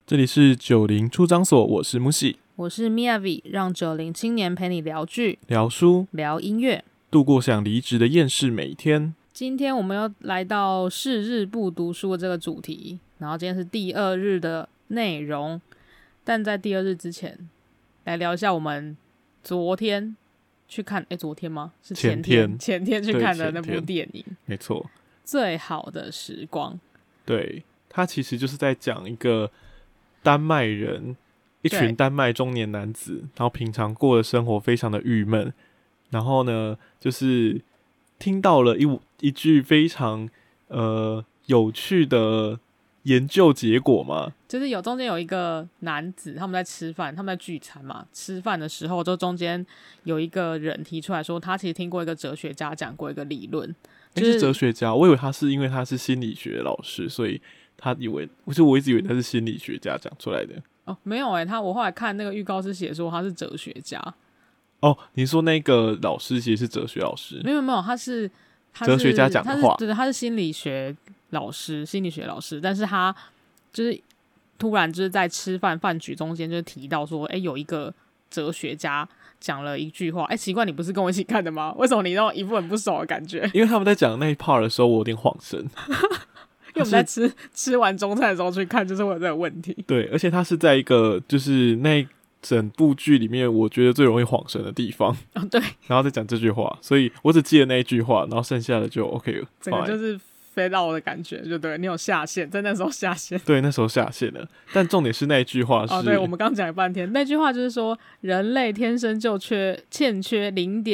这里是90出张所，我是木喜， 我是 Miyavi， 让90青年陪你聊剧、 聊书、 聊音乐， 度过想离职的厌世每一天。 今天我们又来到是日不读书的这个主题，然后今天是第2日的内容，但在第2日之前，来聊一下我们昨天去看，昨天吗？是前天去看的那部电影， 没错， 最好的时光。 对，它其实就是在讲一个丹麦人，一群丹麦中年男子，然后平常过的生活非常的郁闷，然后呢，就是听到了一句非常有趣的研究结果嘛， 就是中间有一个男子，他们在吃饭，他们在聚餐嘛，吃饭的时候就中间有一个人提出来说，他其实听过一个哲学家讲过一个理论， 是哲学家，我以为他是因为他是心理学老师，所以他以为，我一直以为他是心理学家讲出来的。 哦，没有我后来看那个预告是写说他是哲学家。 哦，你说那个老师其实是哲学老师？ 没有，他是哲学家讲的话， 对，他是心理学老师，但是他就是突然就是在吃饭局中间就提到说，有一个哲学家讲了一句话，奇怪，你不是跟我一起看的吗？为什么你那种一副很不熟的感觉？ 因为他们在讲那一 part 的时候，我有点恍神。 因为我们在吃完中餐的时候去看，就是会有这个问题。 对，而且他是在一个就是那整部剧里面，我觉得最容易恍神的地方。 哦，对。 然后再讲这句话，所以我只记得那一句话，然后剩下的就 OK 了。 整个就是飞到我的感觉，就对，你有下线，在那时候下线。 对，那时候下线了。但重点是那一句话是， 对，我们刚讲了半天，那句话就是说，人类天生就欠缺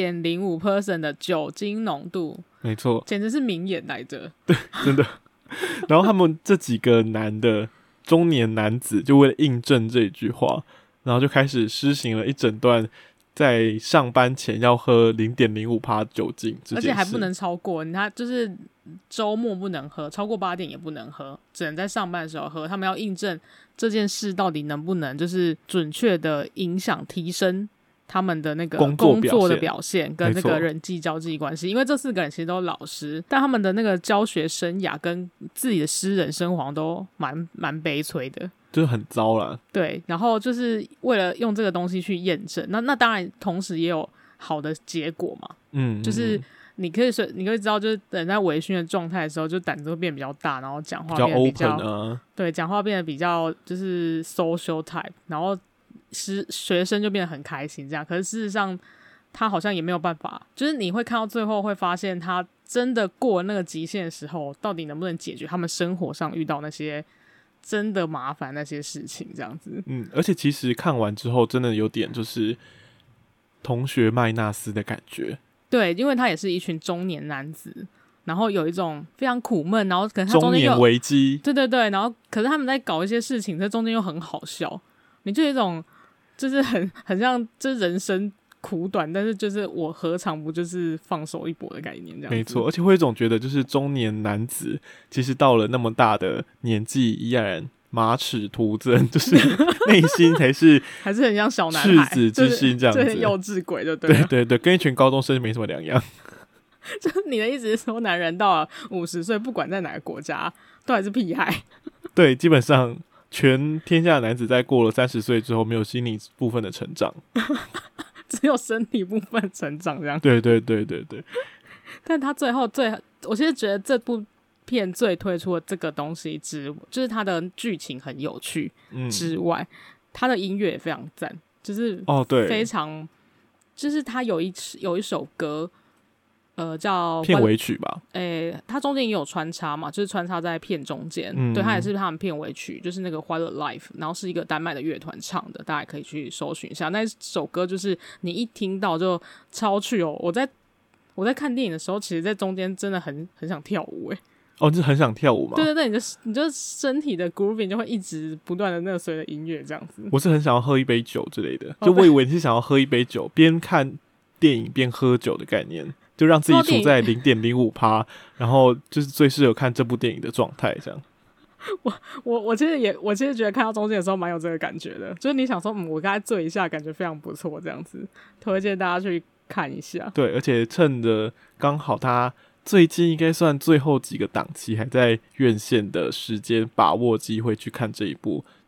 0.05% 的酒精浓度。 没错， 简直是名言来着。 对，真的。然后他们这几个中年男子就为了印证这一句话，然后就开始施行了一整段在上班前要喝 0.05% 酒精这件事， 而且还不能超过，他就是周末不能喝，超过8点也不能喝，只能在上班的时候喝。他们要印证这件事到底能不能就是准确的影响提升他们的那个工作的表现跟那个人际交际关系，因为这4个人其实都是老师，但他们的那个教学生涯跟自己的私人生活都蛮悲催的， 就是很糟啦。对， 然后就是为了用这个东西去验证，那当然同时也有好的结果嘛。就是你可以知道，就是人在微醺的状态的时候，就胆子会变比较大，然后讲话变得比较 open 啊， 对，讲话变得比较就是 social type， 然后学生就变得很开心这样。可是事实上他好像也没有办法，就是你会看到最后会发现他真的过了那个极限的时候，到底能不能解决他们生活上遇到那些真的麻烦那些事情这样子。 而且其实看完之后真的有点就是同学麦纳斯的感觉。 对，因为他也是一群中年男子，然后有一种非常苦闷，然后可能他中间中年危机， 对，然后可是他们在搞一些事情，在中间又很好笑，你就有一种就是很像就是人生苦短，但是就是我何尝不就是放手一搏的概念这样子。 没错，而且会有一种觉得就是中年男子其实到了那么大的年纪依然马齿徒增，就是内心还是很像小男孩赤子之心这样子， 就是幼稚鬼就对了。 对，跟一群高中生没什么两样。 就你的意思是说，男人到了50岁，不管在哪个国家，都还是屁孩？对， 基本上全天下的男子在过了30岁之后，没有心理部分的成长， 只有身体部分成长这样。 对。 但他最后我其实觉得这部片最推出的这个东西就是它的剧情很有趣之外，它的音乐也非常赞，就是非常就是它有一首歌叫片尾曲吧， 它中间也有穿插嘛，就是穿插在片中间，对，它也是他们片尾曲，就是那个 While Alive， 然后是一个丹麦的乐团唱的，大家可以去搜寻一下。那首歌就是你一听到就超去哦，我在看电影的时候，其实在中间真的很想跳舞就是很想跳舞吗？ 对，你就身体的 grooving 就会一直不断的那个随着音乐这样子。 我是很想要喝一杯酒之类的，就我以为你是想要喝一杯酒，边看电影边喝酒的概念，就让自己处在 0.05%， 然后就是最适合看这部电影的状态这样。 我其实觉得看到中间的时候蛮有这个感觉的，就是你想说我刚才醉一下，感觉非常不错这样子，推荐大家去看一下。 对，而且趁着刚好他最近应该算最后几个档期还在院线的时间，把握机会去看这一部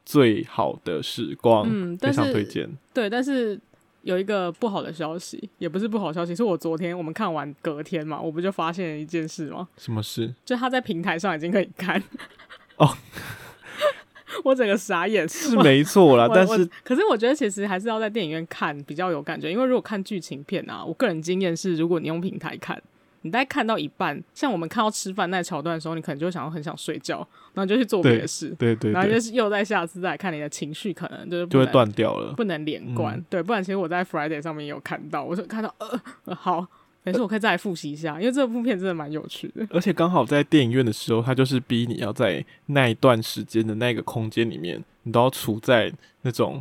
最好的时光，非但是常推荐。 对，但是有一个不好的消息，也不是不好的消息，是我昨天我们看完隔天嘛，我不就发现了一件事吗？ 什么事？ 就他在平台上已经可以看哦。 我整个傻眼， 是没错啦，但是可是我觉得其实还是要在电影院看比较有感觉，因为如果看剧情片啊，我个人经验是，如果你用平台看，你大概看到一半，像我们看到吃饭那桥段的时候，你可能就会很想睡觉，然后就去做别的事， 对， 然后就是又在下次再来看，你的情绪可能就会断掉了， 不能连贯，对，不然其实我在 Friday 上面也有看到，我就看到好。没事，我可以再来复习一下，因为这部片真的蛮有趣的。 而且刚好在电影院的时候，它就是逼你要在那一段时间的那个空间里面，你都要处在那种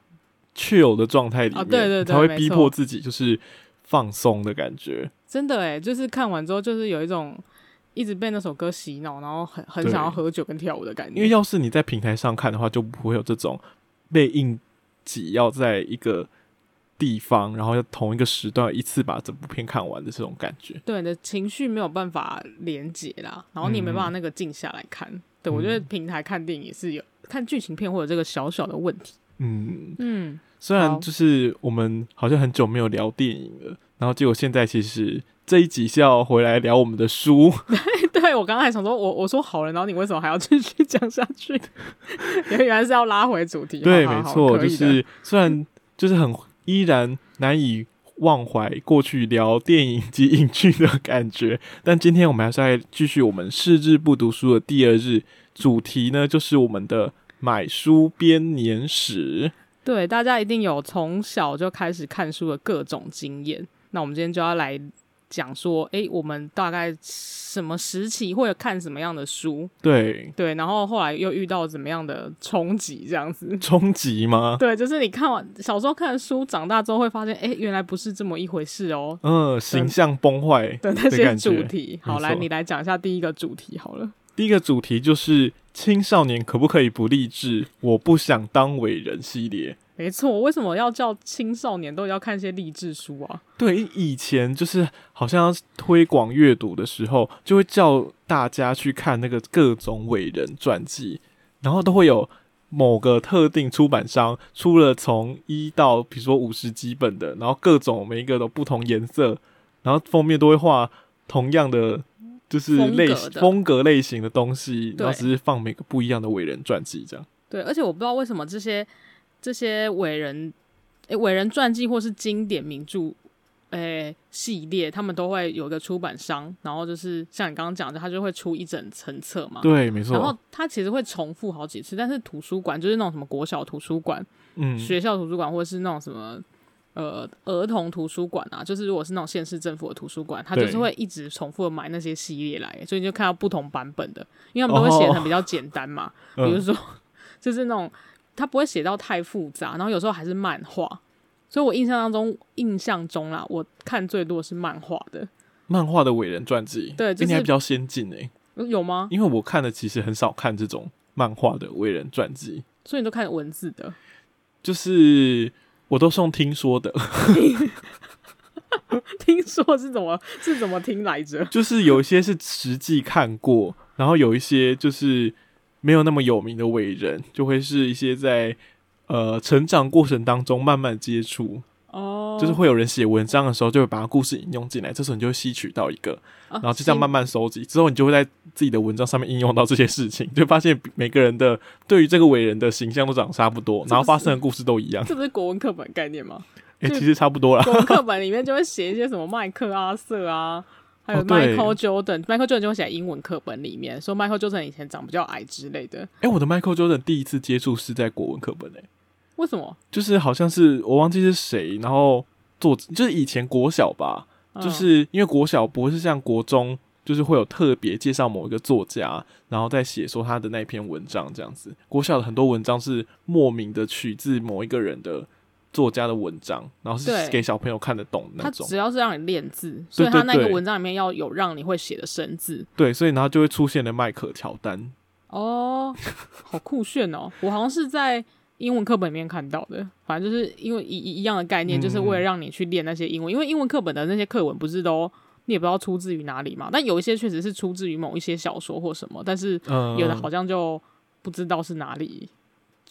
chill 的状态里面， 对， 才会逼迫自己就是放松的感觉。 真的耶，就是看完之后，就是有一种一直被那首歌洗脑，然后很想要喝酒跟跳舞的感觉。 因为要是你在平台上看的话，就不会有这种被硬挤要在一个地方，然后要同一个时段一次把整部片看完的这种感觉。 对，你的情绪没有办法连结啦，然后你也没办法那个静下来看。对，我觉得平台看电影也是有看剧情片或者这个小小的问题。 虽然就是我们好像很久没有聊电影了，然后结果现在其实这一集是要回来聊我们的书。 对，我刚才想说我说好了，然后你为什么还要继续讲下去？原来是要拉回主题。 对， 好没错，就是虽然就是依然难以忘怀过去聊电影及影剧的感觉，但今天我们还是来继续我们是日不读书的第2日，主题呢就是我们的买书编年史。 对，大家一定有从小就开始看书的各种经验，那我们今天就要来讲说我们大概什么时期会有看什么样的书，对，然后后来又遇到怎么样的冲击，这样子。 冲击吗？ 对，就是你看完小时候看的书，长大之后会发现原来不是这么一回事哦。 形象崩坏的那些主题。好，来你来讲一下第一个主题好了。 第一个主题就是青少年可不可以不励志，我不想当伟人系列。 没错，为什么要叫青少年都要看些励志书啊？ 对，以前就是好像推广阅读的时候，就会叫大家去看那个各种伟人传记，然后都会有某个特定出版商出了从1到比如说50几本的，然后各种每一个都不同颜色，然后封面都会画同样的就是风格类型的东西，然后只是放每个不一样的伟人传记这样。 对，而且我不知道为什么这些伟人传记或是经典名著系列，他们都会有一个出版商，然后就是像你刚刚讲的，他就会出一整层册嘛。 对，没错。 然后他其实会重复好几次，但是图书馆就是那种什么国小图书馆、学校图书馆，或者是那种什么儿童图书馆啊，就是如果是那种县市政府的图书馆，他就是会一直重复的买那些系列来，所以你就看到不同版本的，因为他们都会写得比较简单嘛，比如说就是那种他不会写到太复杂，然后有时候还是漫画，所以我印象中啦，我看最多是漫画的伟人传记。 对，就是你还比较先进有吗？ 因为我看的其实很少看这种漫画的伟人传记， 所以你都看文字的？ 就是我都是用听说的。 听说是怎么听来着？ 就是有一些是实际看过，然后有一些就是没有那么有名的伟人，就会是一些在成长过程当中慢慢接触。就是会有人写文章的时候，就会把故事引用进来，这时候你就会吸取到一个，然后就这样慢慢收集，之后你就会在自己的文章上面应用到这些事情，就发现每个人的对于这个伟人的形象都长得差不多，然后发生的故事都一样。 这不是国文课本概念吗？ 其实差不多啦。 国文课本里面就会写一些什么麦克阿瑟啊，还有 Michael Jordan，Michael Jordan 就会写在英文课本里面，说 Michael Jordan 以前长比较矮之类的。 我的 Michael Jordan 第一次接触是在国文课本为什么？ 就是好像是我忘记是谁，然后就是以前国小吧，就是因为国小不是像国中，就是会有特别介绍某一个作家，然后再写说他的那篇文章这样子。国小的很多文章是莫名的取自某一个人的作家的文章，然后是给小朋友看得懂的那种。 他只要是让你练字，所以他那个文章里面要有让你会写的生字。 对，所以然后就会出现了迈克乔丹。 好酷炫哦！我好像是在英文课本里面看到的，反正就是因为一样的概念，就是为了让你去练那些英文，因为英文课本的那些课文不是都你也不知道出自于哪里嘛，但有一些确实是出自于某一些小说或什么，但是有的好像就不知道是哪里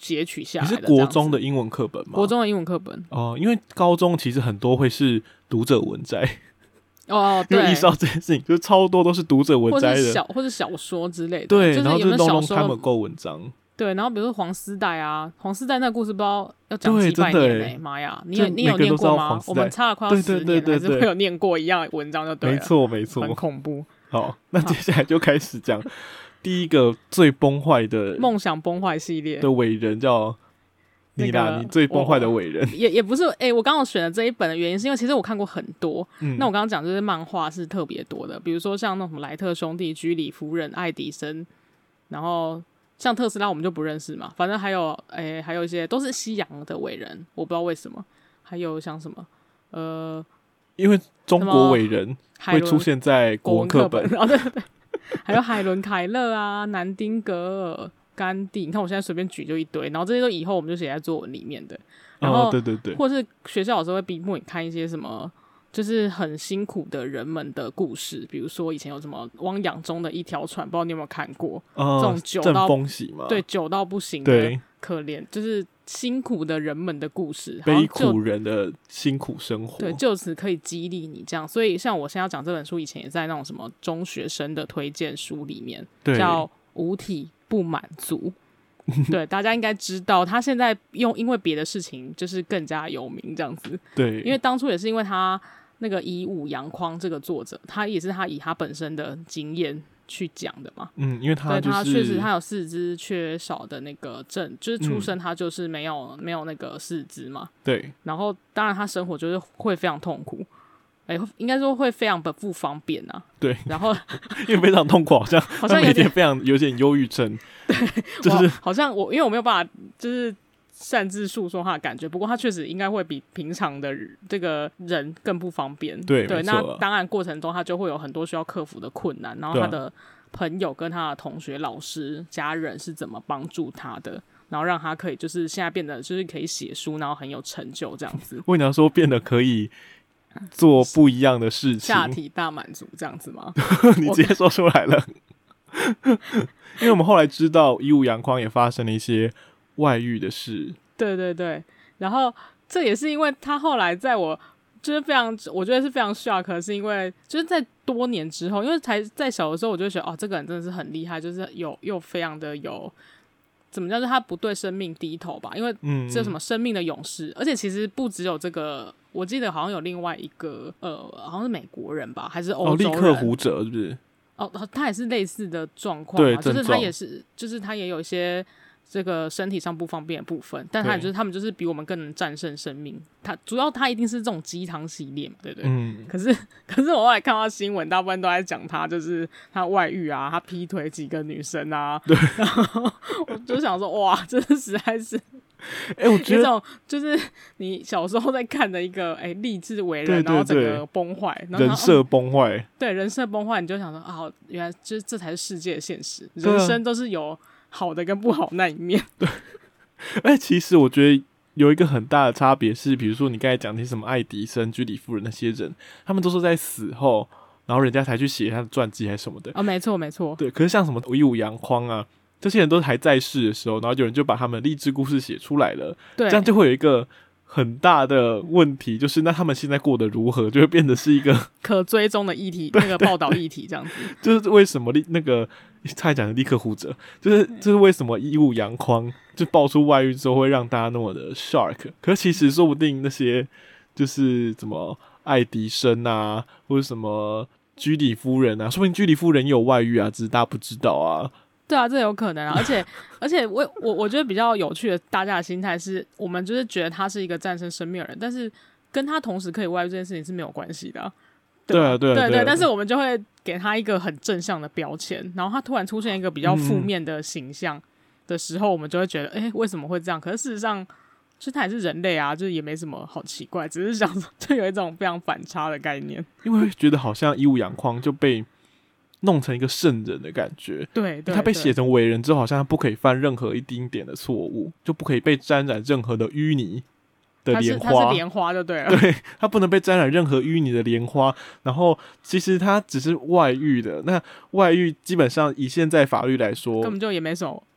截取下来的。 你是国中的英文课本吗？ 国中的英文课本哦，因为高中其实很多会是读者文摘。 哦，对， 因为意识到这件事情，就是超多都是读者文摘的， 或是小说之类的。 对， 就是然后就是小说他们够文章。 对，然后比如说黄丝带啊，黄丝带那个故事不知道要讲几百年欸，妈呀！你有念过吗？我们差了快要10年，还是会有念过一样的文章就对了。 没错没错， 很恐怖。 好，那接下来就开始讲第一个最崩坏的梦想崩坏系列的伟人叫你啦，你最崩坏的伟人也不是我刚刚选的这一本的原因是因为其实我看过很多。那我刚刚讲就是漫画是特别多的，比如说像那种什么莱特兄弟、居里夫人、爱迪生，然后像特斯拉我们就不认识嘛，反正还有一些都是西洋的伟人，我不知道为什么。还有像什么因为中国伟人会出现在国文课本， 对对对，还有海伦凯勒啊、南丁格尔、甘地，你看我现在随便举就一堆，然后这些都以后我们就写在作文里面的。然后对对对， 或是学校有时候会逼迫你看一些什么就是很辛苦的人们的故事，比如说以前有什么汪洋中的一条船，不知道你有没有看过？这种正风喜嘛， 对，久到不行的可怜，就是辛苦的人们的故事， 悲苦人的辛苦生活， 对，就此可以激励你这样。所以像我现在要讲这本书，以前也在那种什么中学生的推荐书里面，叫《五体不满足》。对，大家应该知道，他现在因为别的事情就是更加有名这样子。 对， 因为当初也是因为他那个以武扬匡这个作者，他也是他以他本身的经验去讲的嘛。 因为他他确实他有四肢缺少的那个症，就是出生他就是没有那个四肢嘛。 对， 然后当然他生活就是会非常痛苦。应该说会非常的不方便啊。 对， 然后因为非常痛苦，好像有点有点忧郁症。 对， 就是好像因为我没有办法就是擅自诉说他的感觉，不过他确实应该会比平常的这个人更不方便。 对， 那当然过程中他就会有很多需要克服的困难，然后他的朋友跟他的同学、老师、家人是怎么帮助他的，然后让他可以就是现在变得就是可以写书，然后很有成就这样子。 我跟你说变得可以做不一样的事情， 下体大满足这样子吗？ 你直接说出来了。因为我们后来知道以武扬匡也发生了一些外遇的事。 对对对，然后这也是因为他后来在我就是非常我觉得是非常 shock， 是因为就是在多年之后，因为才在小的时候我就觉得这个人真的是很厉害，就是又非常的有怎么讲，就是他不对生命低头吧，因为这什么生命的勇士，而且其实不只有这个，我记得好像有另外一个好像是美国人吧，还是欧洲人， 立刻胡哲是不是？ 他也是类似的状况嘛，就是他也是，就是他也有一些这个身体上不方便的部分，但他们就是比我们更能战胜生命。主要他一定是这种鸡汤系列嘛，对不对？可是我后来看到新闻，大部分都在讲他就是他外遇啊，他劈腿几个女生啊，对，然后我就想说，哇，这实在是。 我觉得就是你小时候在看的一个励志伟人，然后整个崩坏， 人设崩坏， 对，人设崩坏，你就想说原来这才是世界的现实，人生都是有好的跟不好那一面。 对，其实我觉得有一个很大的差别是，比如说你刚才讲的什么爱迪生、居里夫人那些人，他们都是在死后，然后人家才去写他的传记还是什么的。 没错没错。 对，可是像什么以武扬匡啊，这些人都还在世的时候，然后有人就把他们的励志故事写出来了， 对， 这样就会有一个很大的问题，就是那他们现在过得如何，就会变得是一个可追踪的议题，那个报道议题这样子。 就是为什么那个差点讲的立刻胡哲，就是为什么以武扬匡就爆出外遇之后会让大家那么的 shock？ 可是其实说不定那些就是什么爱迪生啊，或者什么居里夫人啊，说不定居里夫人也有外遇啊，只是大家不知道啊。 对啊，这有可能啊，而且我觉得比较有趣的，大家的心态是我们就是觉得他是一个战胜生命的人，但是跟他同时可以外遇这件事情是没有关系的啊。 对啊， 但是我们就会给他一个很正向的标签，然后他突然出现一个比较负面的形象的时候，我们就会觉得为什么会这样？可是事实上就他也是人类啊，就是也没什么好奇怪，只是想说就有一种非常反差的概念， 因为觉得好像以武扬匡就被弄成一个圣人的感觉。 对， 他被写成伟人之后，好像他不可以犯任何一丁点的错误，就不可以被沾染任何的淤泥的莲花。 他是莲花就对了， 对，他不能被沾染任何淤泥的莲花。然后其实他只是外遇的，那外遇基本上以现在法律来说， 根本就也没什么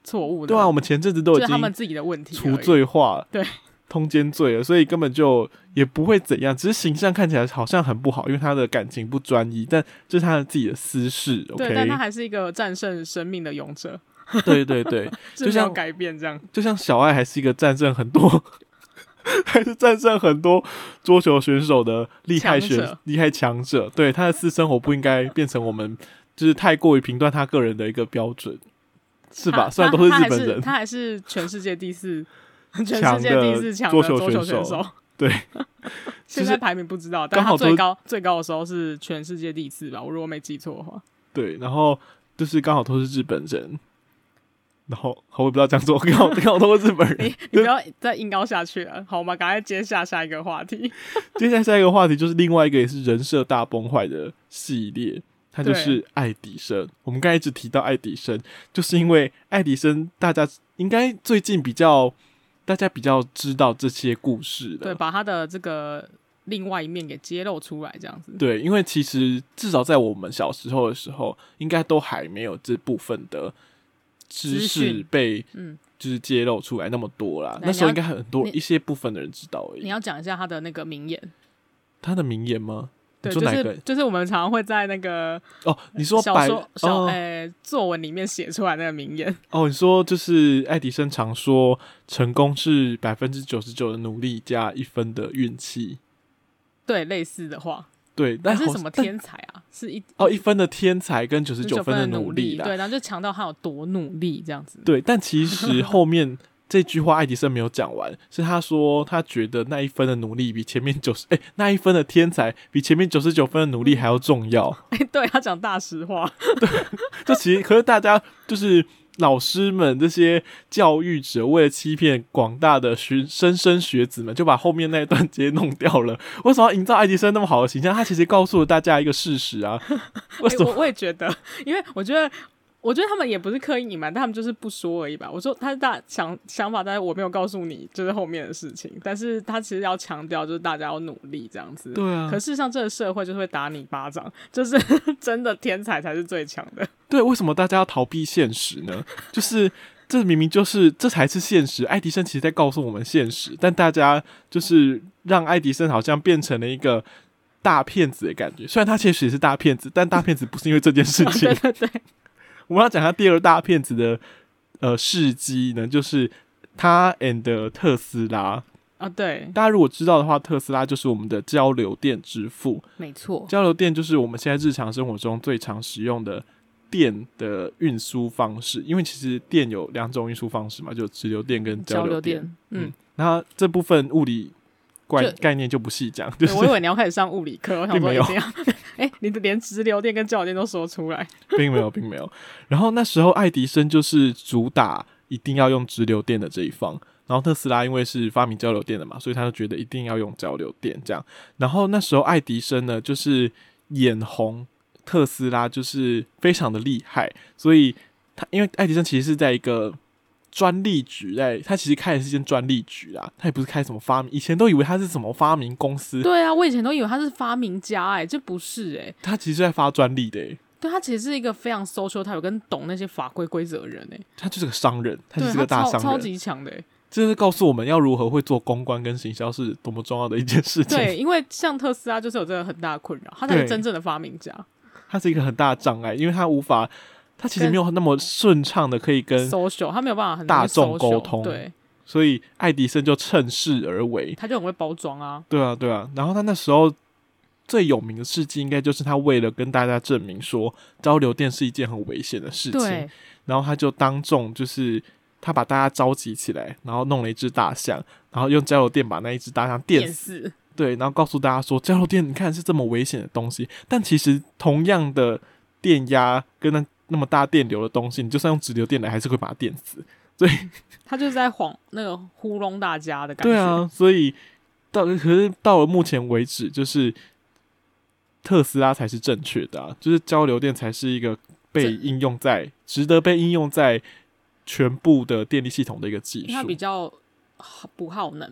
错误的。 对啊，我们前阵子都已经就是他们自己的问题除罪化， 对， 通奸罪了，所以根本就也不会怎样，只是形象看起来好像很不好，因为他的感情不专一，但这是他的自己的私事。 对， OK？ 但他还是一个战胜生命的勇者。 对对对，就像改变这样， 就像小爱还是一个战胜很多，还是战胜很多桌球选手的厉害强者。对，他的私生活不应该变成我们就是太过于评断他个人的一个标准，是吧？虽然都是日本人， 他还是全世界第四强的桌球选手。 对， 现在排名不知道，但他最高的时候是全世界第4吧，我如果没记错的话。 对，然后就是刚好都是日本人。然后我也不知道讲什么，刚好都是日本人。 你不要再硬凹下去了，好吗？赶快接下一个话题。 接下一个话题就是另外一个也是人设大崩坏的系列，它就是爱迪生。我们刚才一直提到爱迪生，就是因为爱迪生大家应该最近大家比较知道这些故事了， 对，把他的这个另外一面给揭露出来，这样子。 对，因为其实至少在我们小时候的时候，应该都还没有这部分的知识被就是揭露出来那么多啦。那时候应该很多一些部分的人知道而已。 你要讲一下他的那个名言。 他的名言吗？ 对， 你说哪个？ 就是我们常常会在那个你说作文里面写出来那个名言。 你说就是爱迪生常说，成功是99%的努力加1分的运气。 对，类似的话。 对，但是什么天才啊？是 1分的天才跟99分的努力啦。 对，然后就强调他有多努力这样子。 对，但其实后面这句话爱迪生没有讲完，是他说他觉得那1分的努力比前面那1分的天才比前面99分的努力还要重要。 对，他讲大实话。 对，就其实可是大家就是老师们这些教育者为了欺骗广大的莘莘学子们，就把后面那一段直接弄掉了。为什么要营造爱迪生那么好的形象？他其实告诉了大家一个事实啊。为什么？ 我也觉得，因为我觉得他们也不是刻意隐瞒，但他们就是不说而已吧。我说他是想法，但是我没有告诉你就是后面的事情，但是他其实要强调就是大家要努力这样子。 对啊。 可事实上这个社会就是会打你巴掌，就是真的天才才是最强的。 对，为什么大家要逃避现实呢？就是这明明就是这才是现实。爱迪生其实在告诉我们现实，但大家就是让爱迪生好像变成了一个大骗子的感觉。虽然他其实也是大骗子，但大骗子不是因为这件事情。 对对对。 我们要讲他第二大骗子的事迹呢，就是他 and 特斯拉啊。对， 大家如果知道的话，特斯拉就是我们的交流电之父。 没错， 交流电就是我们现在日常生活中最常使用的电的运输方式。因为其实电有2种运输方式嘛，就直流电跟交流电。然后这部分物理概念就不细讲。就是我以为你要开始上物理课，我想说一定要你连直流电跟交流电都说出来。并没有。然后那时候爱迪生就是主打一定要用直流电的这一方，然后特斯拉因为是发明交流电的嘛，所以他就觉得一定要用交流电这样。然后那时候爱迪生呢就是眼红特斯拉就是非常的厉害，所以因为爱迪生其实是在一个专利局，他其实开的是一间专利局啦，他也不是开什么发明，以前都以为他是什么发明公司。 对啊，我以前都以为他是发明家这不是他其实在发专利的对，他其实是一个非常 social type 跟懂那些法规规则的人他就是个商人，他就是个大商人， 超级强的这就是告诉我们要如何会做公关跟行销是多么重要的一件事情。 对，因为像特斯拉就是有这个很大的困扰，他才是真正的发明家。 他是一个很大的障碍，因为他其实没有那么顺畅的可以跟 social， 他没有办法很大众沟通。 对， 所以爱迪生就趁势而为， 他就很会包装啊。 对啊。然后他那时候最有名的事迹，应该就是他为了跟大家证明说交流电是一件很危险的事情，然后他就当众就是他把大家召集起来，然后弄了一只大象，然后用交流电把那一只大象电死。对，然后告诉大家说交流电你看是这么危险的东西，但其实同样的电压跟那么大电流的东西，你就算用直流电来还是会把它电死。所以他就是在糊弄大家的感觉。 对啊，所以可是到了目前为止，就是特斯拉才是正确的就是交流电才是一个值得被应用在全部的电力系统的一个技术。 它比较不耗能嘛，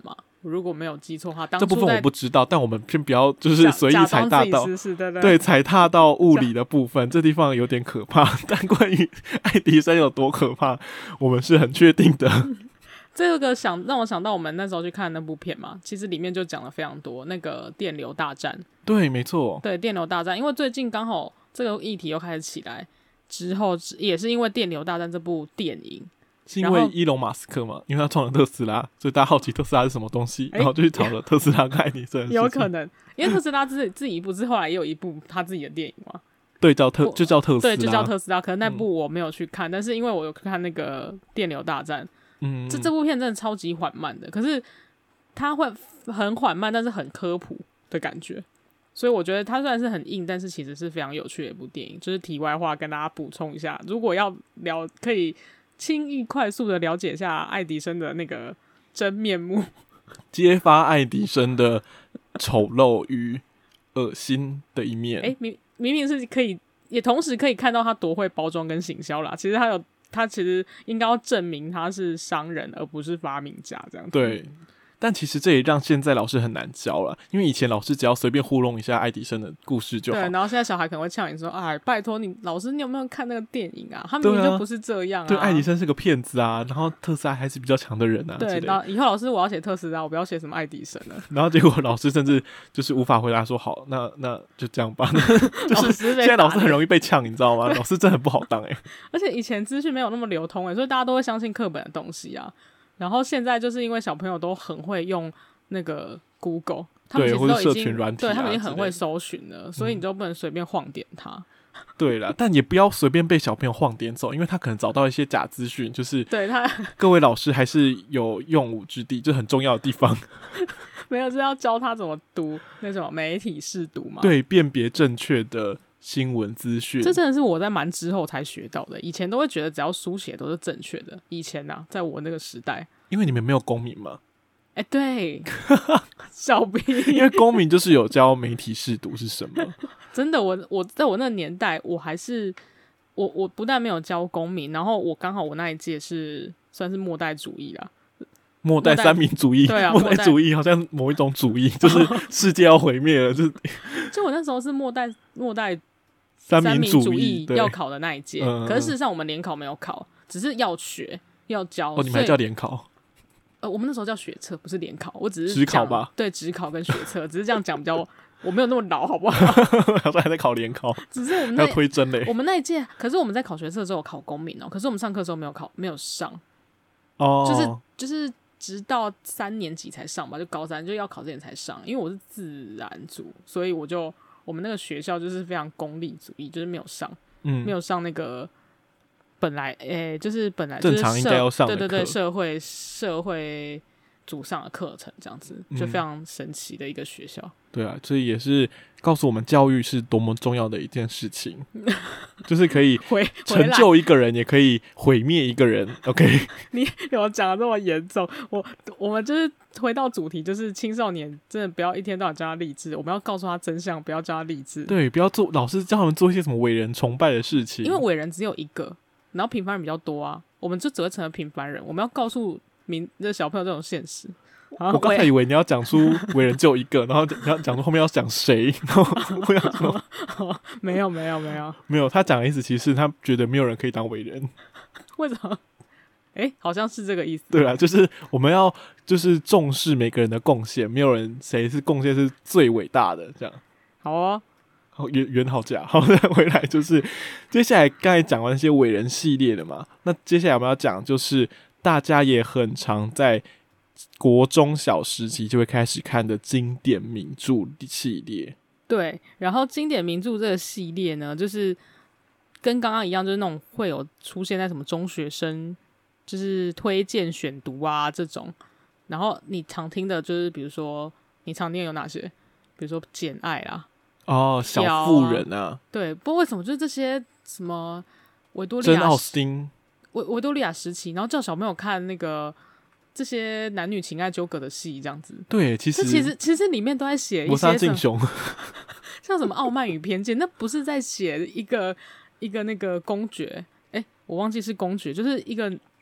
如果没有记错的话，当这部分我不知道，但我们先不要就是随意踩踏到，对，踩踏到物理的部分，这地方有点可怕。但关于爱迪生有多可怕，我们是很确定的。 这个让我想到我们那时候去看那部片嘛，其实里面就讲了非常多那个电流大战。 对，没错， 对，电流大战，因为最近刚好这个议题又开始起来，之后也是因为电流大战这部电影。 是因为伊隆马斯克嘛？因为他创了特斯拉，所以大家好奇特斯拉是什么东西，然后就去找了特斯拉跟爱迪生。 有可能，因为特斯拉自己不是后来也有一部他自己的电影嘛？ 对，就叫特斯拉， 对，就叫特斯拉。可能那部我没有去看，但是因为我有看那个电流大战，这部片真的超级缓慢的，可是它会很缓慢，但是很科普的感觉。所以我觉得它虽然是很硬，但是其实是非常有趣的一部电影。就是题外话跟大家补充一下，如果要聊可以轻易快速的了解一下爱迪生的那个真面目， 揭发爱迪生的丑陋与恶心的一面。 明明是可以，也同时可以看到他多会包装跟行销啦。其实他其实应该要证明他是商人，而不是发明家这样子。 对。但其实这也让现在老师很难教了，因为以前老师只要随便糊弄一下爱迪生的故事就好。 对，然后现在小孩可能会呛你说：“哎，拜托你，老师，你有没有看那个电影啊？他明明就不是这样啊！” 对，爱迪生是个骗子啊，然后特斯拉还是比较强的人啊。 对，然后以后老师我要写特斯拉，我不要写什么爱迪生了。 然后结果老师甚至就是无法回答说：“好，那就这样吧。”就是现在老师很容易被呛，你知道吗？老师真的很不好当而且以前资讯没有那么流通所以大家都会相信课本的东西啊。然后现在就是因为小朋友都很会用那个 Google， 他们其实都已经对他们已经很会搜寻了，所以你就不能随便晃点他。 对啦，但也不要随便被小朋友晃点走，因为他可能找到一些假资讯，就是对他各位老师还是有用武之地，这很重要的地方。 没有是要教他怎么读那种媒体识读嘛？ 对，辨别正确的新闻资讯， 这真的是我在蛮之后才学到的。以前都会觉得只要书写都是正确的。以前啊，在我那个时代， 因为你们没有公民嘛。 对，小兵， 因为公民就是有教媒体识读是什么。 真的，我在我那个年代，我还是我不但没有教公民，然后我刚好我那一届是算是末代主义啦。 末代三民主义， 对啊， 末代主义好像某一种主义，就是世界要毁灭了， 就我那时候是末代三民主义要考的那一届，可是事实上我们联考没有考，只是要学要教。 你们还叫联考？ 我们那时候叫学测，不是联考。我只是指考吧？ 对，指考跟学测，只是这样讲比较，我没有那么老，好不好？ 好像还在考联考， 只是我们还要推甄嘞。 我们那一届，可是我们在考学测的时候有考公民可是我们上课的时候没有上。就是直到3年级才上吧，就高3就要考之前才上，因为我是自然组，所以我们那个学校就是非常功利主义，就是没有上，没有上那个本来就是本来就是正常应该要上的课， 对，社会组上的课程这样子，就非常神奇的一个学校。 对啊，所以也是告诉我们教育是多么重要的一件事情，就是可以成就一个人，也可以毁灭一个人。OK， 你有讲的这么严重？我们就是回到主题，就是青少年真的不要一天到晚教他励志，我们要告诉他真相，不要教他励志。 对，不要做老师教他们做一些什么伟人崇拜的事情， 因为伟人只有一个，然后平凡人比较多啊，我们就只会成为平凡人。我们要告诉这小朋友这种现实。 我刚才以为你要讲出伟人只有一个，然后你要讲出后面要讲谁，然后我想说没有， 他讲的意思其实是他觉得没有人可以当伟人。 为什么？好像是这个意思。 对啊，就是我们要就是重视每个人的贡献，没有人谁是贡献是最伟大的这样。 好哦， 好圆好假。好，再回来就是接下来刚才讲完一些伟人系列的嘛，那接下来我们要讲就是大家也很常在国中小时期就会开始看的经典名著系列。 对，然后经典名著这个系列呢，就是跟刚刚一样，就是那种会有出现在什么中学生就是推荐选读啊这种。然后你常听的就是比如说你常听有哪些？比如说简爱啦， 小妇人啊， 对，不过为什么就是这些什么维多利珍亚奥斯汀维多利亚时期，然后叫小朋友看那个这些男女情爱纠葛的戏这样子。 对，其实里面都在写一些摩萨敬雄像什么傲慢与偏见，那不是在写一个那个公爵，我忘记是公爵，就是一个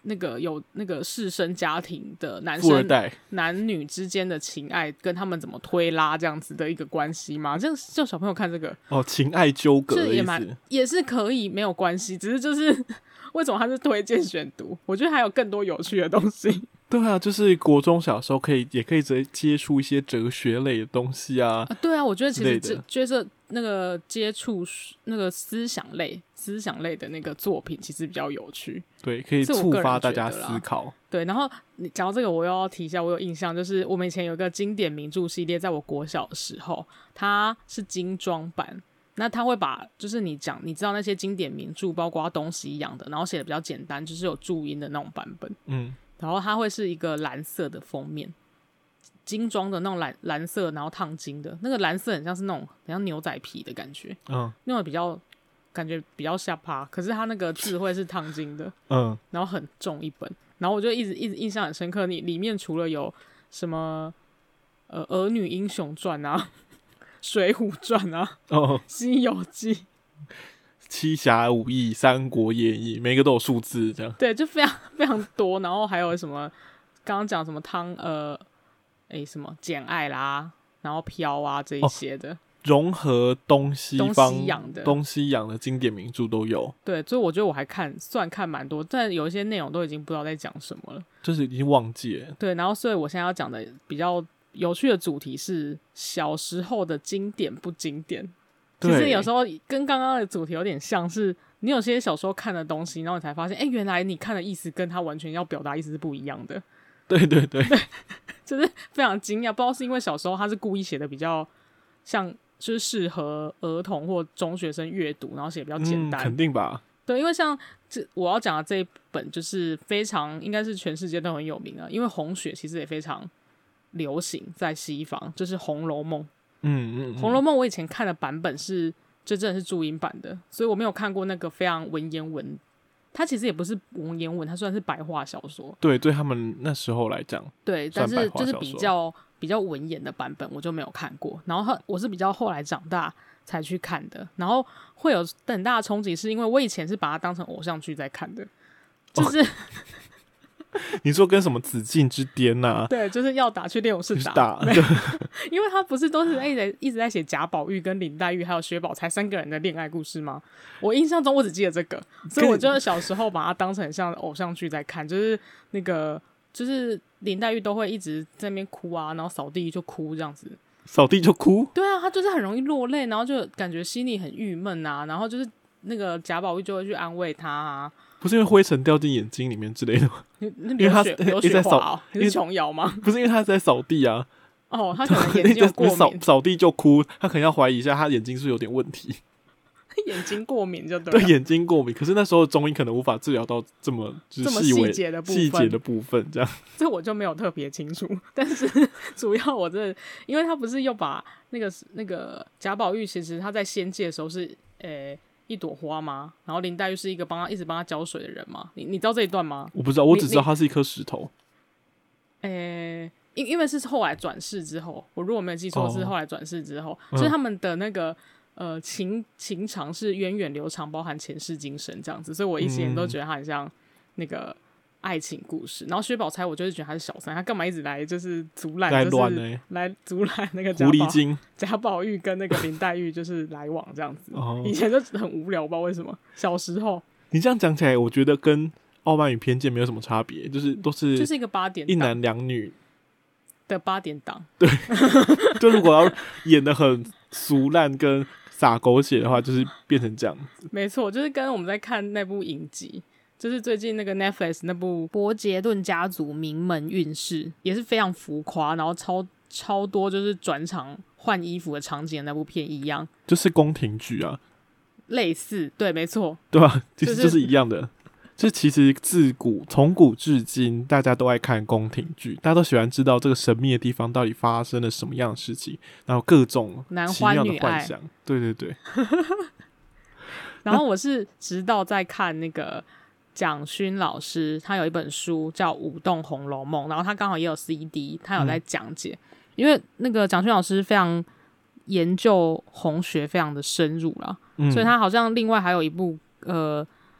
那个有那个士绅家庭的男生富二代男女之间的情爱跟他们怎么推拉这样子的一个关系吗？这样叫小朋友看这个情爱纠葛的意思， 也是可以没有关系，只是就是为什么他是推荐选读？我觉得还有更多有趣的东西。 对啊，就是国中小时候也可以接触一些哲学类的东西啊。 对啊，我觉得其实这那个接触那个思想类的那个作品，其实比较有趣。 对，可以触发大家思考。 对，然后你讲到这个，我又要提一下，我有印象，就是我们以前有一个经典名著系列，在我国小的时候，它是精装版。那他会把就是你知道那些经典名著，包括东西一样的，然后写的比较简单，就是有注音的那种版本。然后它会是一个蓝色的封面，精装的那种蓝色，然后烫金的那个蓝色很像是那种很像牛仔皮的感觉，那种比较感觉比较下趴，可是它那个字会是烫金的，然后很重一本，然后我就一直印象很深刻。你里面除了有什么儿女英雄传啊、水浒传啊、西游记、 七侠五义、三国演义，每个都有数字，这样。 对，就非常非常多。然后还有什么刚刚讲什么什么简爱啦，然后飘啊这一些的， 融合东西洋的经典名著都有。 对，所以我觉得我还算看蛮多，但有一些内容都已经不知道在讲什么了， 就是已经忘记了。对， 然后所以我现在要讲的比较有趣的主题是小时候的经典不经典。其实有时候跟刚刚的主题有点像是你有些小时候看的东西，然后你才发现原来你看的意思跟他完全要表达意思是不一样的。 对对对对， 就是非常惊讶，不知道是因为小时候他是故意写的比较像就是适合儿童或中学生阅读，然后写的比较简单。 肯定吧。 对，因为像我要讲的这一本就是非常应该是全世界都很有名啊，因为红学其实也非常流行在西方，就是《红楼梦》。红楼梦我以前看的版本是就真的是注音版的，所以我没有看过那个非常文言文，它其实也不是文言文，它算是白话小说。对他们那时候来讲， 对，但是就是比较文言的版本我就没有看过，然后我是比较后来长大才去看的，然后会有很大的冲击，是因为我以前是把它当成偶像剧在看的，就是、 你说跟什么紫禁之巅啊？ 对，就是要打去练武室打，因为他不是都是一直在写贾宝玉跟林黛玉还有薛宝钗3个人的恋爱故事吗？我印象中我只记得这个，所以我就小时候把它当成很像偶像剧在看，就是那个就是林黛玉都会一直在那边哭啊，然后扫地就哭这样子。 扫地就哭？对啊，他就是很容易落泪，然后就感觉心里很郁闷啊，然后就是那个贾宝玉就会去安慰他啊。 不是因为灰尘掉进眼睛里面之类的吗？ 因为他流血滑你是琼瑶吗？ 不是因为他在扫地啊。 他可能眼睛有过敏， 扫地就哭，他可能要怀疑一下他眼睛是有点问题。 眼睛过敏就对了。 对，眼睛过敏。可是那时候中医可能无法治疗到这么细节的部分，这样。 这我就没有特别清楚，但是主要我真的，因为他不是又把那个贾宝玉，其实他在仙界的时候是一朵花吗？然后林黛玉是一个一直帮他浇水的人吗？你知道这一段吗？ 我不知道，我只知道他是一颗石头。 因为是后来转世之后，我如果没有记错是后来转世之后，所以他们的那个情长是源远流长，包含前世今生这样子，所以我以前都觉得他很像那个爱情故事。然后薛宝钗我就是觉得他是小三，他干嘛一直来就是阻拦，就是来阻拦那个狐狸精贾宝玉跟那个林黛玉就是来往这样子。以前就很无聊，不知道为什么。小时候你这样讲起来，我觉得跟《傲慢与偏见》没有什么差别，就是都是就是一个8点档， 一男两女的8点档。 对，就如果要演得很俗烂跟撒狗血的话，就是变成这样子。 没错，就是跟我们在看那部影集，就是最近那个 Netflix 那部伯杰顿家族名门运势，也是非常浮夸，然后超多就是转场换衣服的场景的那部片一样， 就是宫廷剧啊， 类似，对，没错， 对吧？就是一样的。就其实从古至今，大家都爱看宫廷剧，大家都喜欢知道这个神秘的地方到底发生了什么样的事情，然后各种奇妙的幻想。对对对。 然后我是直到在看那个蒋勋老师，他有一本书叫《舞动红楼梦》，然后他刚好也有 CD， 他有在讲解。因为那个蒋勋老师非常研究红学，非常的深入啦，所以他好像另外还有一部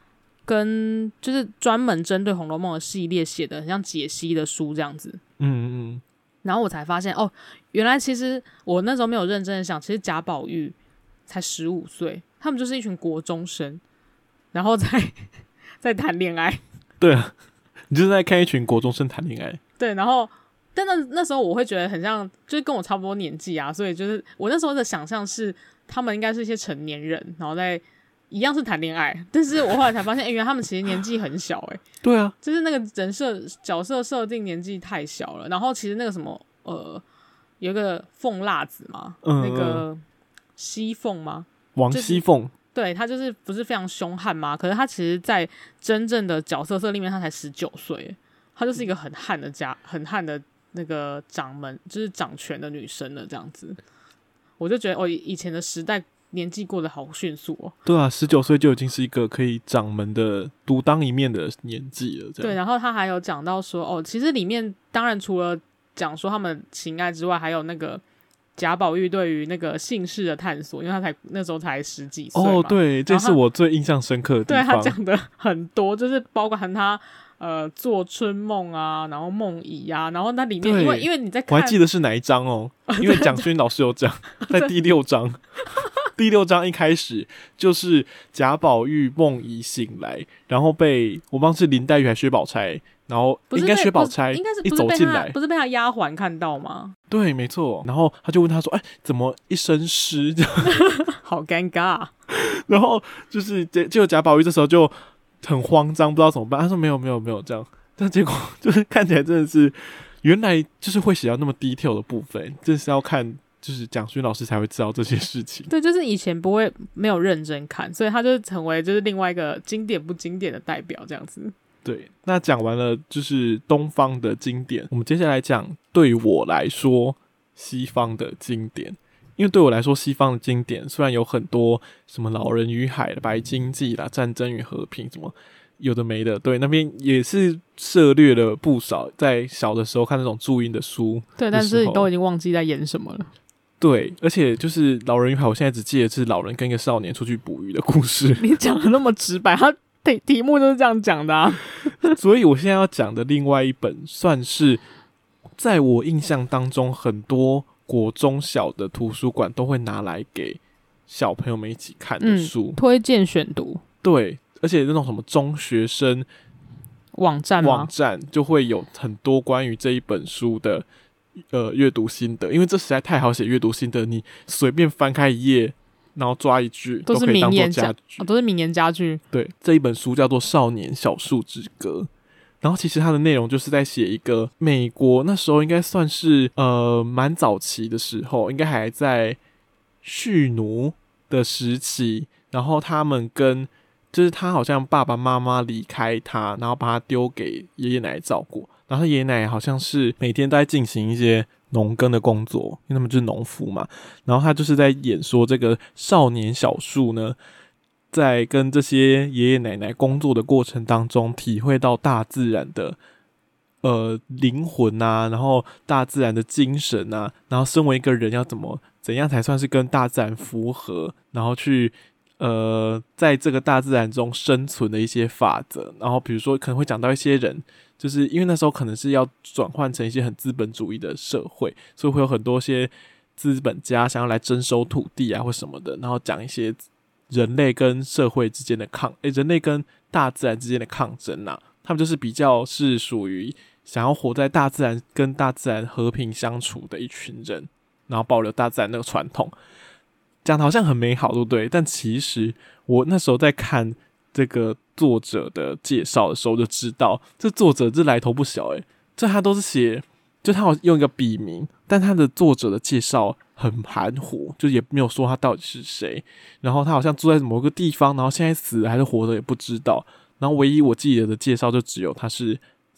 跟就是专门针对《红楼梦》的系列写的很像解析的书这样子。然后我才发现哦，原来其实我那时候没有认真的想，其实贾宝玉才15岁，他们就是一群国中生，然后在谈恋爱。 对啊，你就是在看一群国中生谈恋爱。 对，然后但那时候我会觉得很像，就是跟我差不多年纪啊，所以就是我那时候的想象是他们应该是一些成年人，然后一样是谈恋爱，但是我后来才发现，原来他们其实年纪很小， 对啊， 就是那个角色设定年纪太小了。然后其实那个什么有一个凤辣子嘛，那个熙凤吗？ 王熙凤、就是， 对，他就是不是非常凶悍吗？可是他其实，在真正的角色里面，他才19岁，他就是一个很悍的那个掌门，就是掌权的女生了，这样子。我就觉得以前的时代。年纪过得好迅速哦。 对啊，19岁就已经是一个可以掌门的独当一面的年纪了。 对，然后他还有讲到说，其实里面当然除了讲说他们情爱之外，还有那个贾宝玉对于那个姓氏的探索，因为他那时候才10几岁嘛。 对，这是我最印象深刻的地方。 对，他讲的很多，就是包含他做春梦啊，然后梦遗啊，然后那里面因为你在看， 我还记得是哪一章哦，因为蒋勋老师有讲在第6章。第6章一开始就是贾宝玉梦遗醒来，然后被我忘记是林黛玉还是薛宝钗，然后应该薛宝钗一走进来， 不是被他丫鬟看到吗？ 对，没错。然后他就问他说：“怎么一身湿？” 好尴尬。 然后就是结果贾宝玉这时候就很慌张，不知道怎么办。他说：“没有这样。”但结果就是看起来真的是，原来就是会写到那么 detail 的部分，这是要看。就是蒋勋老师才会知道这些事情。 对，就是以前没有认真看，所以他就成为就是另外一个经典不经典的代表这样子。 对，那讲完了就是东方的经典，我们接下来讲对我来说西方的经典。因为对我来说，西方的经典虽然有很多什么《老人与海》、《白鲸记》啦、《战争与和平》什么有的没的，对，那边也是涉略了不少。在小的时候看那种注音的书， 对，但是你都已经忘记在演什么了。 对，而且就是《老人与海》，我现在只记得是老人跟一个少年出去捕鱼的故事。 你讲的那么直白，他题目就是这样讲的啊。 所以我现在要讲的另外一本，算是在我印象当中，很多国中小的图书馆都会拿来给小朋友们一起看的书， 推荐选读。 对，而且那种什么中学生网站就会有很多关于这一本书的。阅读心得，因为这实在太好写阅读心得，你随便翻开一页，然后抓一句，都可以当做佳句， 都是名言佳句。 对，这一本书叫做《少年小树之歌》，然后其实它的内容就是在写一个美国那时候应该算是蛮早期的时候，应该还在蓄奴的时期，然后他们就是他好像爸爸妈妈离开他，然后把他丢给爷爷奶奶照顾。然后爷爷奶奶好像是每天都在进行一些农耕的工作，因为他们就是农夫嘛。然后他就是在演说这个少年小树呢，在跟这些爷爷奶奶工作的过程当中，体会到大自然的灵魂啊，然后大自然的精神啊，然后身为一个人要怎样才算是跟大自然符合，然后去在这个大自然中生存的一些法则。然后比如说可能会讲到一些人。就是因为那时候可能是要转换成一些很资本主义的社会，所以会有很多些资本家想要来征收土地啊或什么的，然后讲一些人类跟社会之间的人类跟大自然之间的抗争啊。他们就是比较是属于想要活在大自然跟大自然和平相处的一群人，然后保留大自然那个传统，讲的好像很美好，对不对？但其实我那时候在看这个作者的介绍的时候就知道，这作者这来头不小这他都是写，就他好用一个笔名，但他的作者的介绍很含糊，就也没有说他到底是谁。然后他好像住在某个地方，然后现在死了还是活的也不知道。然后唯一我记得的介绍就只有他是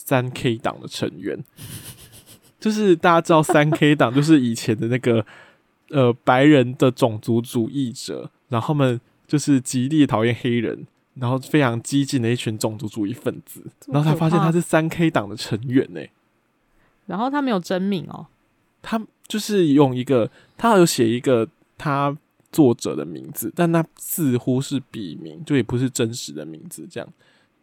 3K 党的成员，就是大家知道3K 党就是以前的那个白人的种族主义者，然后他们就是极力讨厌黑人。然后非常激进的一群种族主义分子，然后他发现他是3K 党的成员然后他没有真名哦， 他就是用他有写一个他作者的名字，但那似乎是笔名，就也不是真实的名字这样。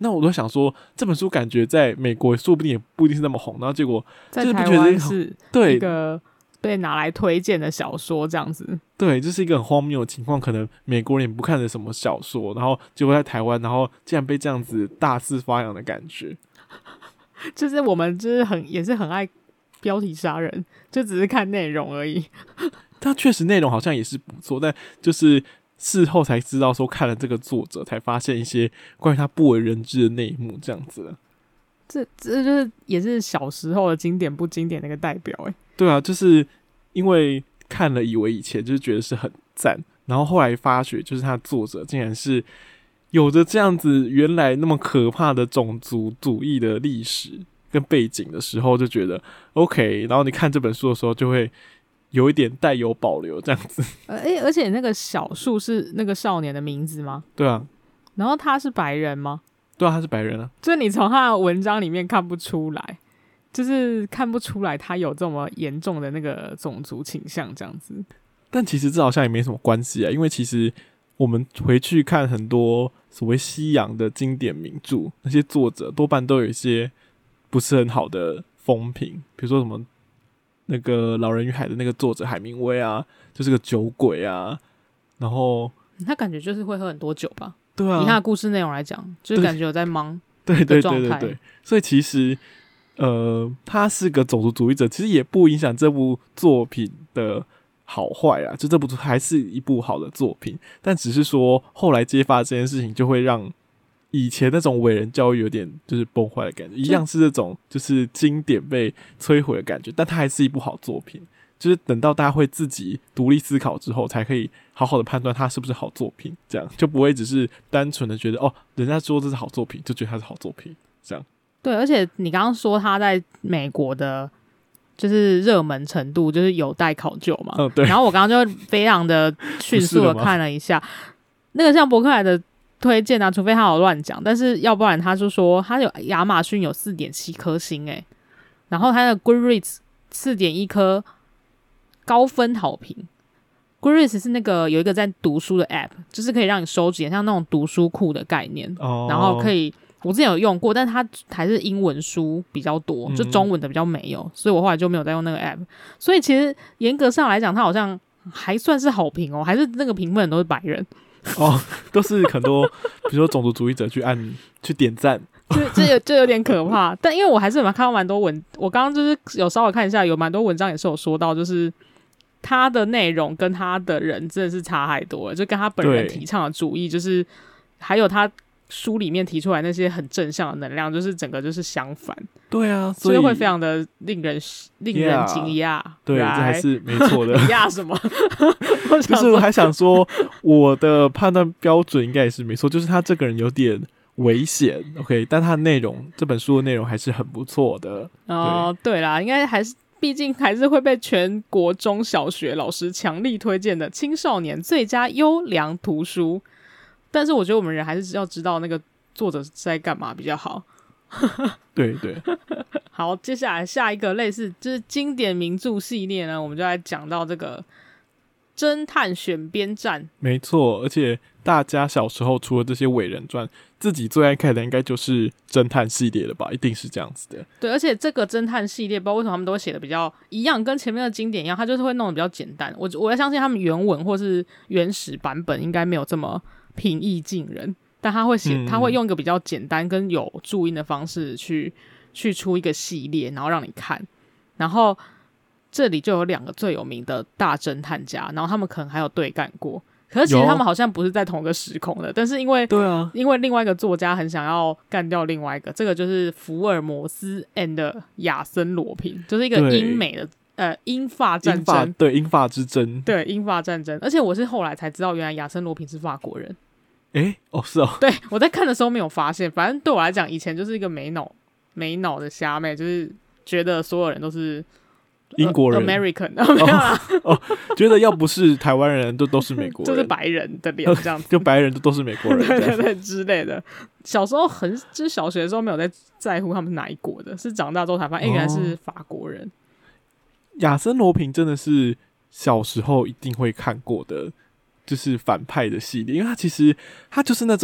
那我都想说，这本书感觉在美国说不定也不一定是那么红，然后结果在台湾是一个被拿来推荐的小说这样子。 对，这是一个很荒谬的情况，可能美国人也不看的什么小说，然后结果在台湾，然后竟然被这样子大肆发扬的感觉。 就是我们就是也是很爱标题杀人，就只是看内容而已。 但确实内容好像也是不错，但就是事后才知道说看了这个作者才发现一些关于他不为人知的内幕这样子。 这就是也是小时候的经典不经典的一个代表欸。 对啊，就是因为看了以为以前就是觉得是很赞，然后后来发觉就是他的作者竟然是有着这样子原来那么可怕的种族主义的历史跟背景的时候，就觉得 OK， 然后你看这本书的时候就会有一点带有保留这样子。 而且那个小树是那个少年的名字吗？ 对啊。 然后他是白人吗？ 对啊，他是白人啊。 就是你从他的文章里面看不出来，就是看不出来他有这么严重的那个种族倾向这样子。 但其实这好像也没什么关系啊，因为其实我们回去看很多所谓西洋的经典名著，那些作者多半都有一些不是很好的风评，比如说什么那个《老人与海》的那个作者海明威啊，就是个酒鬼啊，然后他感觉就是会喝很多酒吧。 对啊， 以他的故事内容来讲，就是感觉有在忙对的状态。 对，所以其实他是个种族主义者，其实也不影响这部作品的好坏啊，就这部还是一部好的作品，但只是说后来揭发这件事情，就会让以前那种伟人教育有点就是崩坏的感觉，一样是这种就是经典被摧毁的感觉，但它还是一部好作品。就是等到大家会自己独立思考之后，才可以好好的判断它是不是好作品，这样就不会只是单纯的觉得哦，人家说这是好作品，就觉得它是好作品，这样。 对，而且你刚刚说他在美国的，就是热门程度，就是有待考究嘛。 对。 然后我刚刚就非常的迅速的看了一下，那个像博客来的推荐啊，除非他有乱讲，但是要不然他就说他有亚马逊有 4.7 颗星欸，然后他的 Goodreads 4.1 颗高分好评。Goodreads 是那个有一个在读书的 app， 就是可以让你收集像那种读书库的概念，然后可以我之前有用过，但它还是英文书比较多，就中文的比较没有，所以我后来就没有再用那个 app。所以其实严格上来讲，它好像还算是好评哦，还是那个评分都是白人哦，都是很多比如说种族主义者去点赞。 就有点可怕。但因为我还是有看到蛮多我刚刚就是有稍微看一下，有蛮多文章也是有说到，就是他的内容跟他的人真的是差太多了，就跟他本人提倡的主义，就是还有他书里面提出来那些很正向的能量，就是整个就是相反。 对啊， 所以会非常的令人惊讶。 对，这还是没错的。 惊讶什么？ 就是我还想说，我的判断标准应该也是没错，就是他这个人有点危险 ，OK， 但他内容这本书的内容还是很不错的。 哦，对啦，应该还是。毕竟还是会被全国中小学老师强力推荐的青少年最佳优良图书，但是我觉得我们人还是要知道那个作者是在干嘛比较好。 对对。 好，接下来下一个类似就是经典名著系列呢，我们就来讲到这个侦探选边站。 没错，而且大家小时候除了这些伟人传，自己最爱看的应该就是侦探系列了吧，一定是这样子的。 对，而且这个侦探系列不知道为什么他们都会写的比较一样，跟前面的经典一样，他就是会弄得比较简单。我要相信他们原文或是原始版本应该没有这么平易近人，但他会写，他会用一个比较简单跟有注音的方式去出一个系列，然后让你看。然后这里就有2个最有名的大侦探家，然后他们可能还有对干过。可是其实他们好像不是在同一个时空的，但是因为另外一个作家很想要干掉另外一个，这个就是福尔摩斯 and 亚森罗平，就是一个英美的英法战争， 对，英法之争， 对，英法战争。而且我是后来才知道，原来亚森罗平是法国人。 是哦。 对，我在看的时候没有发现，反正对我来讲，以前就是一个没脑的瞎妹，就是觉得所有人都是英国人 American 没有啦觉得要不是台湾人都是美国人， 就是白人的脸这样子， 就白人都是美国人， 对之类的。小时候就是小学的时候没有在乎他们是哪一国的，是长大之后才发现，原来是法国人。 亚森罗平真的是小时候一定会看过的，就是反派的系列，因为他其实他就是那种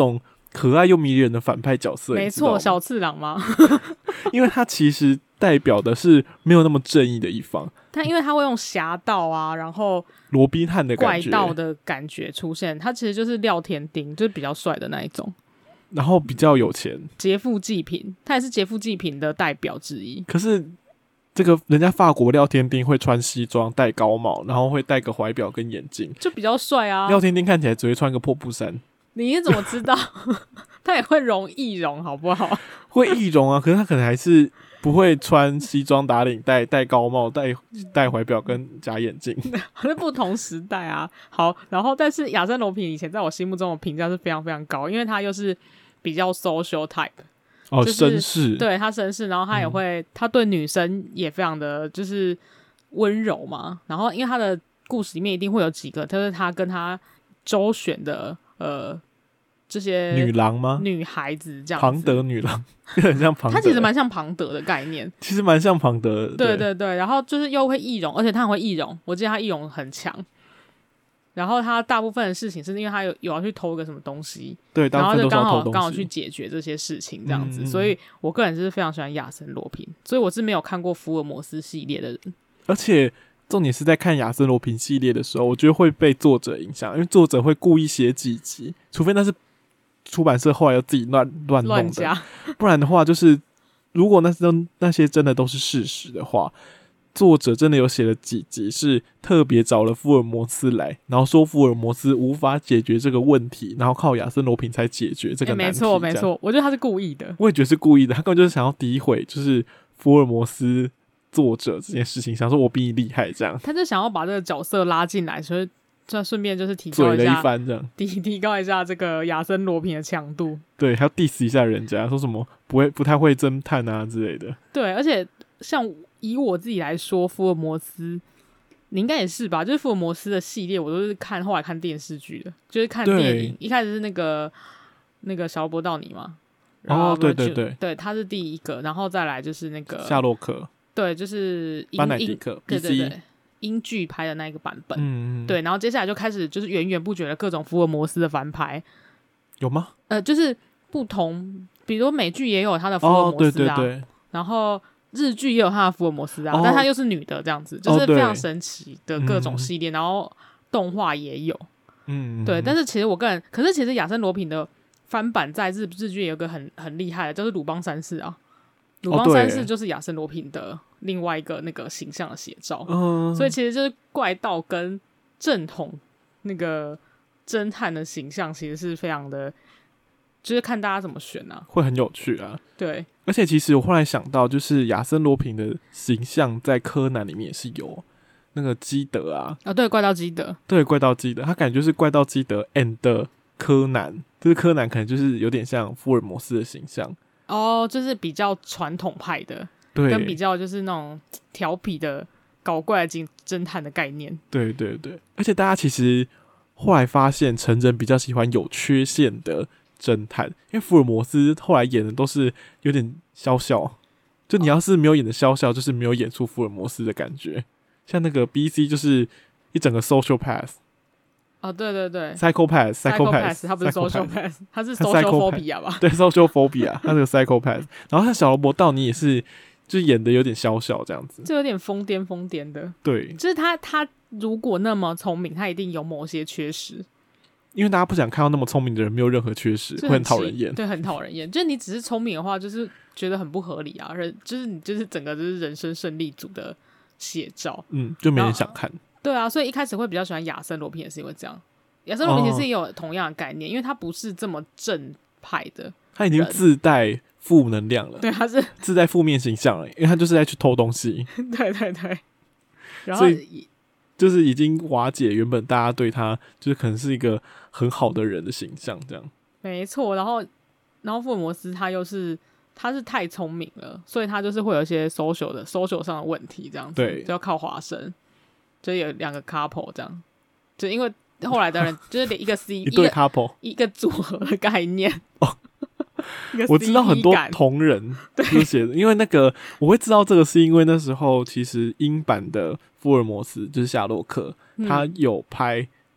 可爱又迷人的反派角色， 没错，小次郎吗？ 因为他其实代表的是没有那么正义的一方， 因为他会用侠盗啊，然后罗宾汉的感觉， 怪盗的感觉出现，他其实就是廖天丁，就是比较帅的那一种， 然后比较有钱， 劫富济贫，他也是劫富济贫的代表之一。 可是这个人家法国廖天丁会穿西装戴高帽，然后会戴个怀表跟眼镜， 就比较帅啊。 廖天丁看起来只会穿个破布衫， 你怎么知道？他也会易容好不好？ 会易容啊，可是他可能还是不会穿西装打领带、戴高帽、戴怀表跟假眼镜， 是不同时代啊。好，然后但是亚森罗平以前在我心目中的评价是非常非常高，因为他又是比较 social type。 哦， 就是绅士， 对他绅士，然后他也会，他对女生也非常的就是温柔嘛。然后因为他的故事里面一定会有几个，就是他跟他周旋的这些女郎吗？ 女孩子这样子， 庞德女郎，很像庞德， 他其实蛮像庞德的概念， 其实蛮像庞德的， 对对对。然后就是又会易容，而且他很会易容，我记得他易容很强。然后他大部分的事情是因为他有要去偷一个什么东西， 对， 然后就刚好去去解决这些事情这样子，所以我个人是非常喜欢亚森罗平，所以我是没有看过福尔摩斯系列的人， 而且重点是在看亚森罗平系列的时候，我觉得会被作者影响，因为作者会故意写几集，除非那是出版社后来要自己乱弄的，不然的话就是如果那些真的都是事实的话。作者真的有写了几集是特别找了福尔摩斯来，然后说福尔摩斯无法解决这个问题，然后靠亚森罗平才解决这个难题。 没错，我觉得他是故意的。 我也觉得是故意的，他根本就是想要诋毁，就是福尔摩斯作者这件事情，想说我比你厉害这样。 他就想要把这个角色拉进来，所以就顺便就是提高一下， 嘴了一番这样， 提高一下这个亚森罗平的强度。 对，还要 diss 一下人家，说什么不太会侦探啊之类的。 对，而且像以我自己来说，福尔摩斯你应该也是吧？就是福尔摩斯的系列，我都是后来看电视剧的，就是看电影。一开始是那个小罗伯道尼嘛，然后对，他是第一个，然后再来就是那个夏洛克， 对，就是班乃迪克， 对，英剧拍的那个版本，对，然后接下来就开始就是源源不绝的各种福尔摩斯的翻拍， 有吗？ 就是不同，比如美剧也有他的福尔摩斯啊， 对， 然后日剧也有他的福尔摩斯啊，但他又是女的这样子，就是非常神奇的各种系列，然后动画也有，对。但是其实可是其实亚森罗平的翻版在日剧有一个很厉害的，就是鲁邦三世啊，鲁邦三世就是亚森罗平的另外一个那个形象的写照，所以其实就是怪盗跟正统那个侦探的形象其实是非常的。就是看大家怎么选啊， 会很有趣啊。 对， 而且其实我后来想到，就是亚森罗平的形象在柯南里面也是有那个基德啊， 对，怪盗基德， 对，怪盗基德，他感觉就是怪盗基德 and 柯南，就是柯南可能就是有点像福尔摩斯的形象就是比较传统派的， 对， 跟比较就是那种调皮的搞怪的侦探的概念， 对对对。而且大家其实后来发现，成人比较喜欢有缺陷的侦探，因为福尔摩斯后来演的都是有点笑笑，就你要是没有演的笑笑，就是没有演出福尔摩斯的感觉。像那个 BC 就是一整个 social path， 对对对 psychopath， 他不是 social path， 他是 social phobia 吧？ 对 social phobia， 他是个 psychopath。然后像小罗伯道尼也是，就是演的有点笑笑这样子， 就有点疯癫的。对，就是他如果那么聪明，他一定有某些缺失。 因为大家不想看到那么聪明的人没有任何缺失，会很讨人厌。 对，很讨人厌。就是你只是聪明的话，就是觉得很不合理啊。就是你就是整个就是人生胜利组的写照， 就没人想看。 对啊，所以一开始会比较喜欢亚森罗平，也是因为这样。亚森罗平其实也有同样的概念，因为他不是这么正派的， 他已经自带负能量了。 对，他是自带负面形象了，因为他就是在去偷东西。 对对对，然后所以就是已经瓦解原本大家对他就是可能是一个很好的人的形象，这样没错。然后福尔摩斯他是太聪明了，所以他就是会有一些 social 上的问题，这样子，对，就要靠华生，就有2个 couple 这样，就因为后来的人就是一个 C 一对 couple 一个组合的概念我知道很多同人就写的，因为那个我会知道这个是因为那时候其实英版的福尔摩斯就是夏洛克，他有拍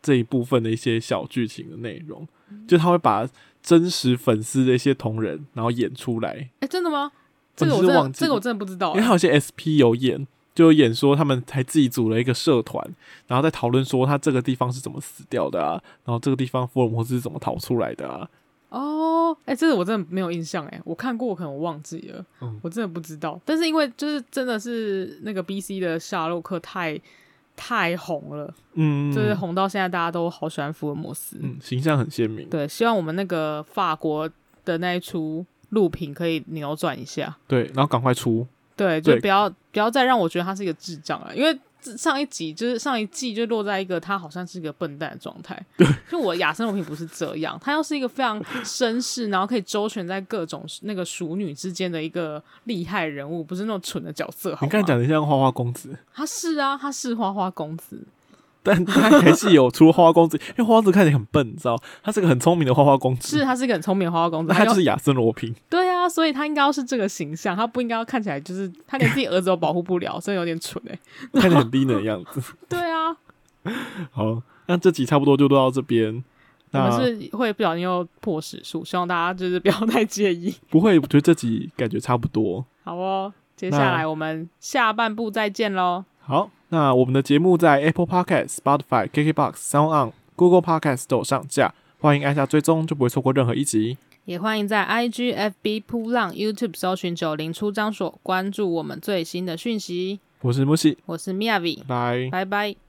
这一部分的一些小剧情的内容，就他会把真实粉丝的一些同人然后演出来。 真的吗？这个我真的不知道， 因为还有些 SP 有演，就演说他们还自己组了一个社团，然后在讨论说他这个地方是怎么死掉的啊，然后这个地方福尔摩斯是怎么逃出来的啊。 这个我真的没有印象我看过，可能我忘记了，我真的不知道。但是因为就是真的是那个 BC 的夏洛克太红了，就是红到现在大家都好喜欢福尔摩斯， 形象很鲜明。 对，希望我们那个法国的那一出录屏可以扭转一下， 对，然后赶快出， 对，就不要再让我觉得他是一个智障了，因为上一季就落在一个他好像是一个笨蛋的状态。就我亚森罗平不是这样，他要是一个非常绅士，然后可以周旋在各种那个熟女之间的一个厉害人物，不是那种蠢的角色。好吗？ 你刚才讲的像花花公子， 他是啊，他是花花公子。 但他还是有除了花花公子，因为花花公子看起来很笨，你知道，他是个很聪明的花花公子。 是，他是一个很聪明的花花公子， 他就是亚森罗平。对啊，所以他应该要是这个形象，他不应该要看起来就是他连自己儿子都保护不了，所以有点蠢看起来很低能的样子。 对啊。 好，那这集差不多就到这边。 我们是会不小心又破10数，希望大家就是不要太介意。 不会，我觉得这集感觉差不多。 好接下来我们下半部再见咯。 好，那我们的节目在 Apple Podcast、Spotify、KKBOX、SoundOn、Google Podcast 都有上架，欢迎按下追踪，就不会错过任何一集。 也欢迎在 IG、FB、噗浪、YouTube 搜寻90出张所，关注我们最新的讯息。 我是木西， 我是 Miyavi， 拜拜拜。